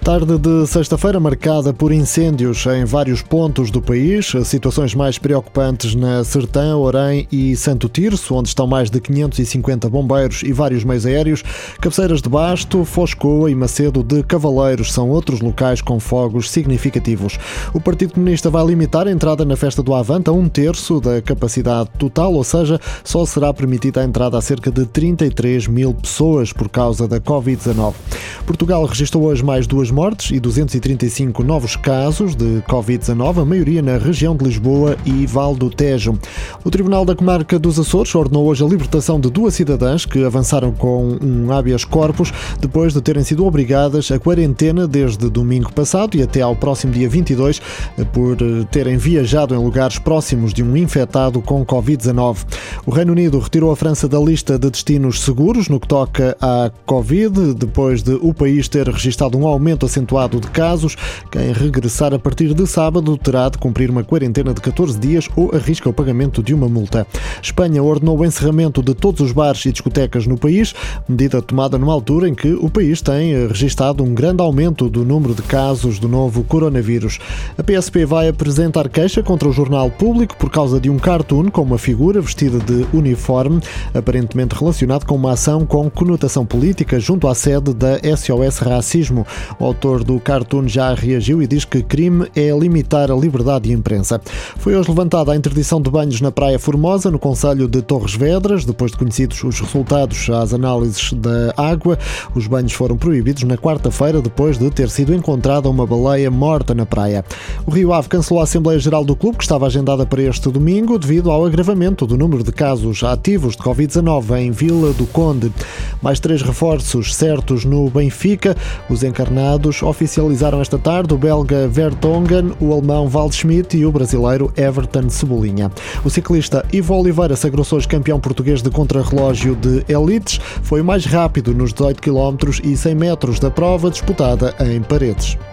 Tarde de sexta-feira marcada por incêndios em vários pontos do país, situações mais preocupantes na Sertã, Orém e Santo Tirso, onde estão mais de 550 bombeiros e vários meios aéreos. Cabeceiras de Basto, Foscoa e Macedo de Cavaleiros são outros locais com fogos significativos. O Partido Comunista vai limitar a entrada na Festa do Avante a 1/3 da capacidade total, ou seja, só será permitida a entrada a cerca de 33 mil pessoas por causa da Covid-19. Portugal registrou hoje mais 2 mortes e 235 novos casos de Covid-19, a maioria na região de Lisboa e Val do Tejo. O Tribunal da Comarca dos Açores ordenou hoje a libertação de 2 cidadãs que avançaram com um habeas corpus depois de terem sido obrigadas a quarentena desde domingo passado e até ao próximo dia 22 por terem viajado em lugares próximos de um infectado com Covid-19. O Reino Unido retirou a França da lista de destinos seguros no que toca à Covid, depois de o país ter registrado um aumento acentuado de casos. Quem regressar a partir de sábado terá de cumprir uma quarentena de 14 dias ou arrisca o pagamento de uma multa. Espanha ordenou o encerramento de todos os bares e discotecas no país, medida tomada numa altura em que o país tem registrado um grande aumento do número de casos do novo coronavírus. A PSP vai apresentar queixa contra o Jornal Público por causa de um cartoon com uma figura vestida de uniforme, aparentemente relacionado com uma ação com conotação política junto à sede da SOS Racismo. O autor do cartoon já reagiu e diz que crime é limitar a liberdade de imprensa. Foi hoje levantada a interdição de banhos na Praia Formosa, no concelho de Torres Vedras, depois de conhecidos os resultados às análises da água. Os banhos foram proibidos na quarta-feira, depois de ter sido encontrada uma baleia morta na praia. O Rio Ave cancelou a Assembleia Geral do clube, que estava agendada para este domingo, devido ao agravamento do número de casos ativos de Covid-19 em Vila do Conde. Mais 3 reforços certos no Benfica. Os encarnados oficializaram esta tarde o belga Vertonghen, o alemão Waldschmidt e o brasileiro Everton Cebolinha. O ciclista Ivo Oliveira sagrou-se hoje campeão português de contrarrelógio de elites. Foi o mais rápido nos 18 km e 100 metros da prova disputada em Paredes.